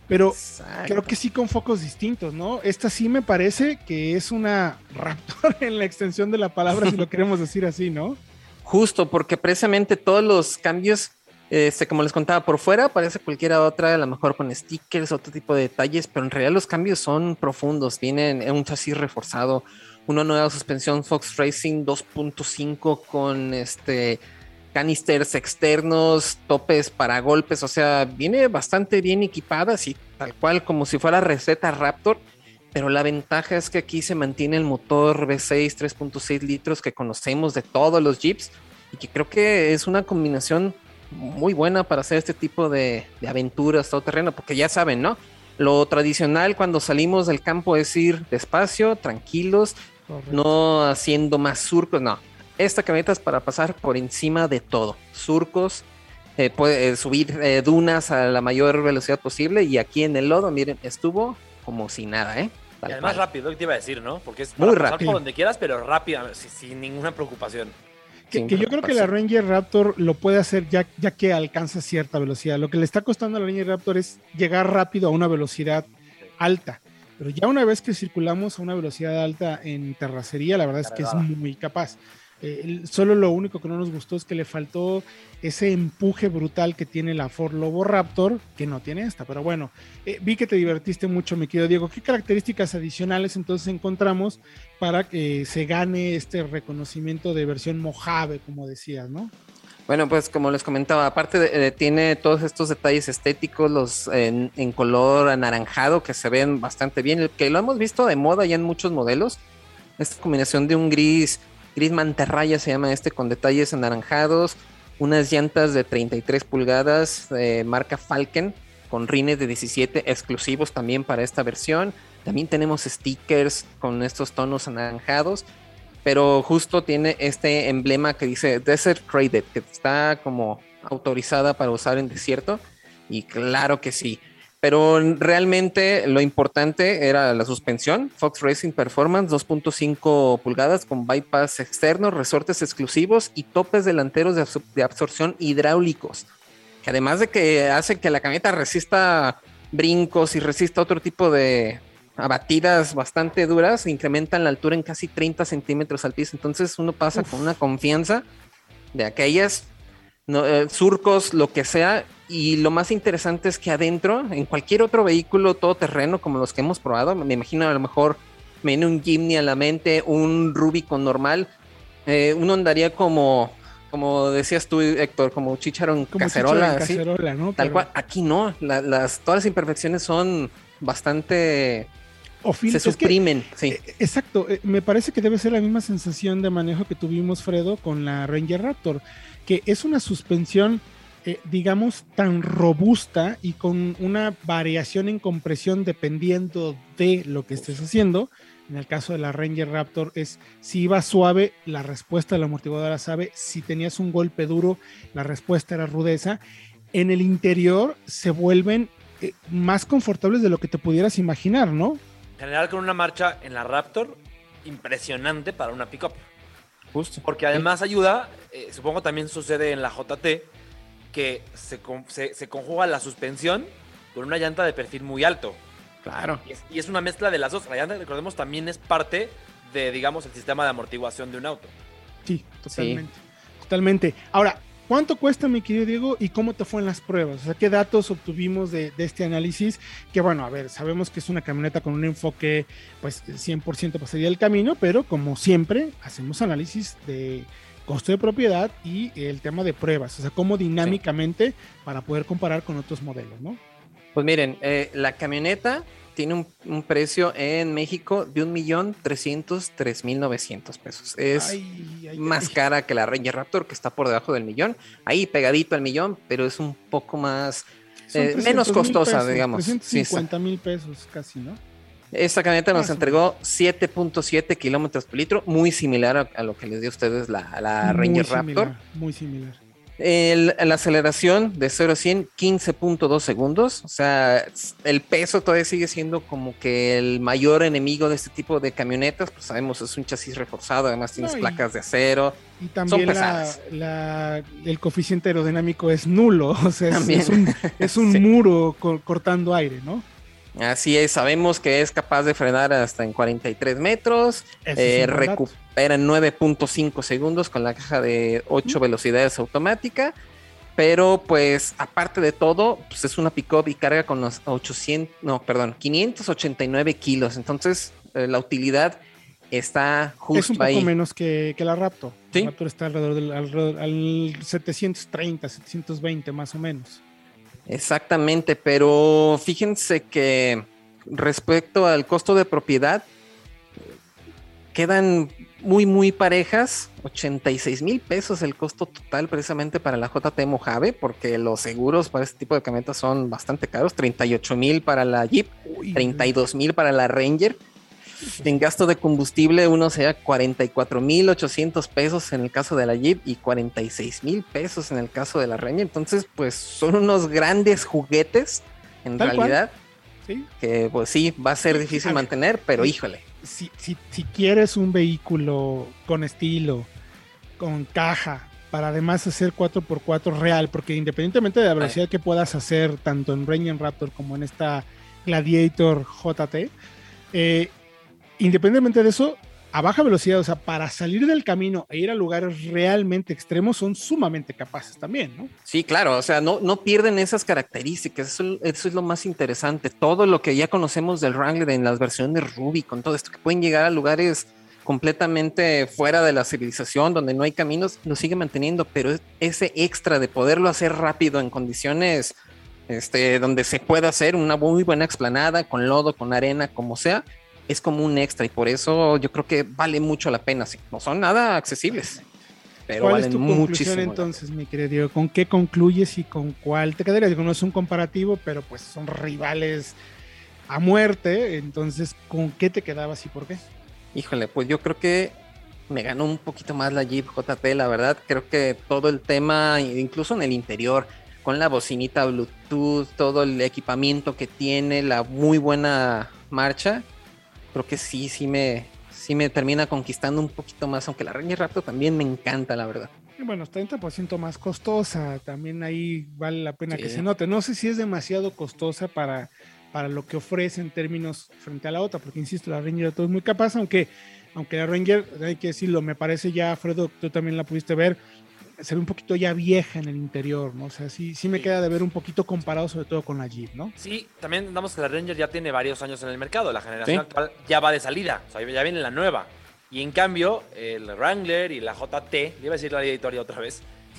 pero Exacto. creo que sí con focos distintos, ¿no? Esta sí me parece que es una Raptor en la extensión de la palabra, si lo queremos decir así, ¿no? Justo, porque precisamente todos los cambios, este, como les contaba, por fuera parece cualquiera otra, a lo mejor con stickers, otro tipo de detalles, pero en realidad los cambios son profundos. Vienen en un chasis reforzado, una nueva suspensión Fox Racing dos punto cinco con este canisters externos, topes para golpes, o sea, viene bastante bien equipada, así tal cual como si fuera receta Raptor, pero la ventaja es que aquí se mantiene el motor V seis tres punto seis litros que conocemos de todos los Jeeps y que creo que es una combinación muy buena para hacer este tipo de, de aventuras todoterreno, porque ya saben, ¿no? Lo tradicional cuando salimos del campo es ir despacio, tranquilos, correcto, no haciendo más surcos, no. Esta camioneta es para pasar por encima de todo. Surcos, eh, puede eh, subir eh, dunas a la mayor velocidad posible y aquí en el lodo, miren, estuvo como si nada, ¿eh? Tal y además cual. Rápido, ¿qué te iba a decir, no? Porque es para muy pasar rápido por donde quieras, pero rápido, sin, sin ninguna preocupación. Que, que yo creo que la Ranger Raptor lo puede hacer ya, ya que alcanza cierta velocidad. Lo que le está costando a la Ranger Raptor es llegar rápido a una velocidad alta. Pero ya una vez que circulamos a una velocidad alta en terracería, la verdad es que es muy capaz. Eh, solo lo único que no nos gustó es que le faltó ese empuje brutal que tiene la Ford Lobo Raptor, que no tiene esta, pero bueno, eh, vi que te divertiste mucho, mi querido Diego. ¿Qué características adicionales entonces encontramos para que se gane este reconocimiento de versión Mojave, como decías, ¿no? Bueno, pues como les comentaba, aparte de, de, tiene todos estos detalles estéticos, los en, en color anaranjado que se ven bastante bien, que lo hemos visto de moda ya en muchos modelos, esta combinación de un gris Gris mantarraya se llama este, con detalles anaranjados, unas llantas de treinta y tres pulgadas, eh, marca Falken, con rines de diecisiete exclusivos también para esta versión. También tenemos stickers con estos tonos anaranjados, pero justo tiene este emblema que dice Desert Traded, que está como autorizada para usar en desierto, y claro que sí. Pero realmente lo importante era la suspensión, Fox Racing Performance dos punto cinco pulgadas con bypass externos, resortes exclusivos y topes delanteros de, absor- de absorción hidráulicos, que además de que hace que la camioneta resista brincos y resista otro tipo de abatidas bastante duras, incrementan la altura en casi treinta centímetros al piso, entonces uno pasa Uf. con una confianza de aquellas, no, eh, surcos, lo que sea. Y lo más interesante es que adentro, en cualquier otro vehículo todoterreno como los que hemos probado, me imagino a lo mejor me viene un Jimny a la mente, un Rubicon normal, eh, uno andaría como, como decías tú, Héctor, como chícharo en como cacerola, en ¿sí? cacerola, ¿no? Tal Pero... cual, aquí no, la, las, todas las imperfecciones son bastante... Fil- se suprimen, que, sí. Eh, exacto, eh, me parece que debe ser la misma sensación de manejo que tuvimos, Fredo, con la Ranger Raptor, que es una suspensión... Eh, digamos, tan robusta y con una variación en compresión dependiendo de lo que estés haciendo. En el caso de la Ranger Raptor es si iba suave, la respuesta de la amortiguadora sabe, si tenías un golpe duro, la respuesta era rudeza. En el interior se vuelven eh, más confortables de lo que te pudieras imaginar, ¿no? En general, con una marcha en la Raptor impresionante para una pickup. Justo. Porque además ayuda, eh, supongo también sucede en la J T, que se, se, se conjuga la suspensión con una llanta de perfil muy alto. Claro. Y es, y es una mezcla de las dos. La llanta, recordemos, también es parte de, digamos, el sistema de amortiguación de un auto. Sí, totalmente. Sí. Totalmente. Ahora, ¿cuánto cuesta, mi querido Diego? ¿Y cómo te fue en las pruebas? O sea, ¿qué datos obtuvimos de, de este análisis? Que bueno, a ver, sabemos que es una camioneta con un enfoque, pues, cien por ciento pasaría el camino, pero como siempre, hacemos análisis de costo de propiedad y el tema de pruebas, o sea, cómo dinámicamente sí. para poder comparar con otros modelos, ¿no? Pues miren, eh, la camioneta tiene un, un precio en México de un millón trescientos tres mil novecientos pesos. Es ay, ay, más ay. cara que la Ranger Raptor, que está por debajo del millón, ahí pegadito al millón, pero es un poco más, eh, menos costosa, pesos, digamos. trescientos cincuenta mil pesos casi, ¿no? Esta camioneta nos entregó siete punto siete kilómetros por litro, muy similar a, a lo que les dio a ustedes la, la Ranger similar, Raptor. Muy similar. El, la aceleración de cero a cien, quince punto dos segundos. O sea, el peso todavía sigue siendo como que el mayor enemigo de este tipo de camionetas. Pues sabemos, es un chasis reforzado, además tienes no, y, placas de acero. Y también la, la, el coeficiente aerodinámico es nulo. O sea, es, es un, es un sí. muro co- cortando aire, ¿no? Así es, sabemos que es capaz de frenar hasta en cuarenta y tres metros, eh, recupera en nueve punto cinco segundos con la caja de ocho ¿Mm? velocidades automática, pero pues aparte de todo, pues es una pick-up y carga con los ochocientos, no, perdón, quinientos ochenta y nueve kilos, entonces eh, la utilidad está justo ahí. Es un poco ahí. menos que, que la Raptor. ¿Sí? La Raptor está alrededor del alrededor, al setecientos treinta, setecientos veinte más o menos. Exactamente, pero fíjense que respecto al costo de propiedad, quedan muy, muy parejas, ochenta y seis mil pesos el costo total precisamente para la J T Mojave, porque los seguros para este tipo de camionetas son bastante caros, treinta y ocho mil para la Jeep, Uy, treinta y dos mil para la Ranger. En gasto de combustible uno sea cuarenta y cuatro mil ochocientos pesos en el caso de la Jeep y cuarenta y seis mil pesos en el caso de la Ranger. Entonces, pues son unos grandes juguetes en Tal realidad. ¿Sí? Que pues sí, va a ser difícil a mantener, ver, pero sí, híjole. Si, si, si quieres un vehículo con estilo, con caja, para además hacer cuatro por cuatro real, porque independientemente de la velocidad Ay. que puedas hacer tanto en Ranger Raptor como en esta Gladiator J T, eh, independientemente de eso, a baja velocidad, o sea, para salir del camino e ir a lugares realmente extremos, son sumamente capaces también, ¿no? Sí, claro, o sea, no, no pierden esas características, eso, eso es lo más interesante. Todo lo que ya conocemos del Wrangler en las versiones Ruby, con todo esto, que pueden llegar a lugares completamente fuera de la civilización, donde no hay caminos, lo sigue manteniendo, pero ese extra de poderlo hacer rápido en condiciones este, donde se pueda hacer una muy buena explanada, con lodo, con arena, como sea, es como un extra y por eso yo creo que vale mucho la pena. Sí, no son nada accesibles, pero ¿Cuál valen es tu muchísimo. Conclusión entonces, mi querido Diego? ¿Con qué concluyes y con cuál te quedarías? Digo, no es un comparativo, pero pues son rivales a muerte, entonces ¿con qué te quedabas y por qué? Híjole, pues yo creo que me ganó un poquito más la Jeep J T, la verdad. Creo que todo el tema, incluso en el interior, con la bocinita Bluetooth, todo el equipamiento que tiene, la muy buena marcha, creo que sí, sí me, sí me termina conquistando un poquito más, aunque la Ranger Raptor también me encanta, la verdad. Y bueno, treinta por ciento más costosa, también ahí vale la pena sí. que se note. No sé si es demasiado costosa para, para lo que ofrece en términos frente a la otra, porque insisto, la Ranger Raptor es muy capaz, aunque, aunque la Ranger, hay que decirlo, me parece ya, Fredo, tú también la pudiste ver, se ve un poquito ya vieja en el interior, ¿no? O sea, sí, sí me queda de ver un poquito comparado sobre todo con la Jeep, ¿no? Sí, también damos que la Ranger ya tiene varios años en el mercado, la generación ¿Sí? actual ya va de salida, o sea, ya viene la nueva. Y en cambio, el Wrangler y la J T, le iba a decir la editorial otra vez,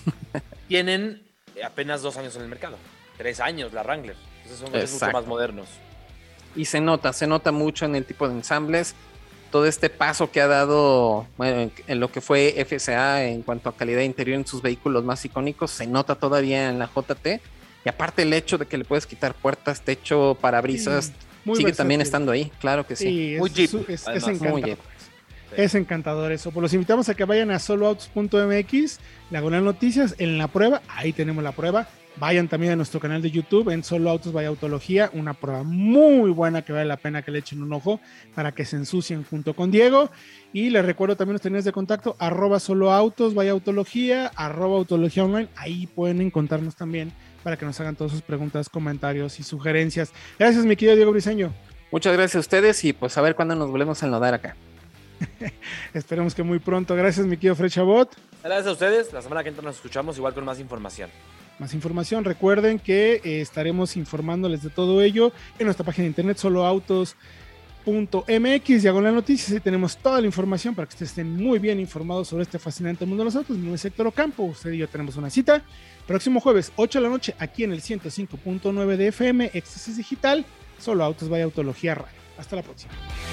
tienen apenas dos años en el mercado, tres años la Wrangler, entonces son mucho más modernos. Y se nota, se nota mucho en el tipo de ensambles, todo este paso que ha dado, bueno, en, en lo que fue F C A en cuanto a calidad interior en sus vehículos más icónicos, se nota todavía en la J T, y aparte el hecho de que le puedes quitar puertas, techo, parabrisas, sí, sigue versátil. También estando ahí, claro que sí. sí muy es, Jeep, es, además, es encantador. Muy Jeep. Sí. Es encantador eso. Pues los invitamos a que vayan a solo autos punto m x, diagonal noticias, en la prueba, ahí tenemos la prueba. Vayan también a nuestro canal de YouTube en Solo Autos by Autología, una prueba muy buena que vale la pena que le echen un ojo para que se ensucien junto con Diego. Y les recuerdo también los teléfonos de contacto, arroba Solo Autos by Autología, arroba Autología Online, ahí pueden encontrarnos también para que nos hagan todas sus preguntas, comentarios y sugerencias. Gracias, mi querido Diego Briseño. Muchas gracias a ustedes y pues a ver cuándo nos volvemos a enlodar acá. Esperemos que muy pronto. Gracias, mi querido Fred Chabot. Gracias a ustedes, la semana que entra nos escuchamos igual con más información. Más información, recuerden que eh, estaremos informándoles de todo ello en nuestra página de internet solo autos punto m x, diagonal noticias, y tenemos toda la información para que ustedes estén muy bien informados sobre este fascinante mundo de los autos. Mi nombre es Héctor Ocampo, usted y yo tenemos una cita próximo jueves, ocho de la noche, aquí en el ciento cinco punto nueve de F M, Éxtasis Digital, Solo Autos by Autología Radio. Hasta la próxima.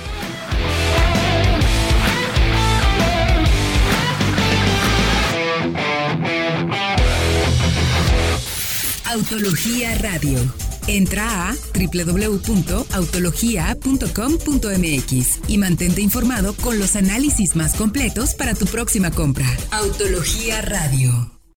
Autología Radio. Entra a doble u doble u doble u punto autología punto com punto m x y mantente informado con los análisis más completos para tu próxima compra. Autología Radio.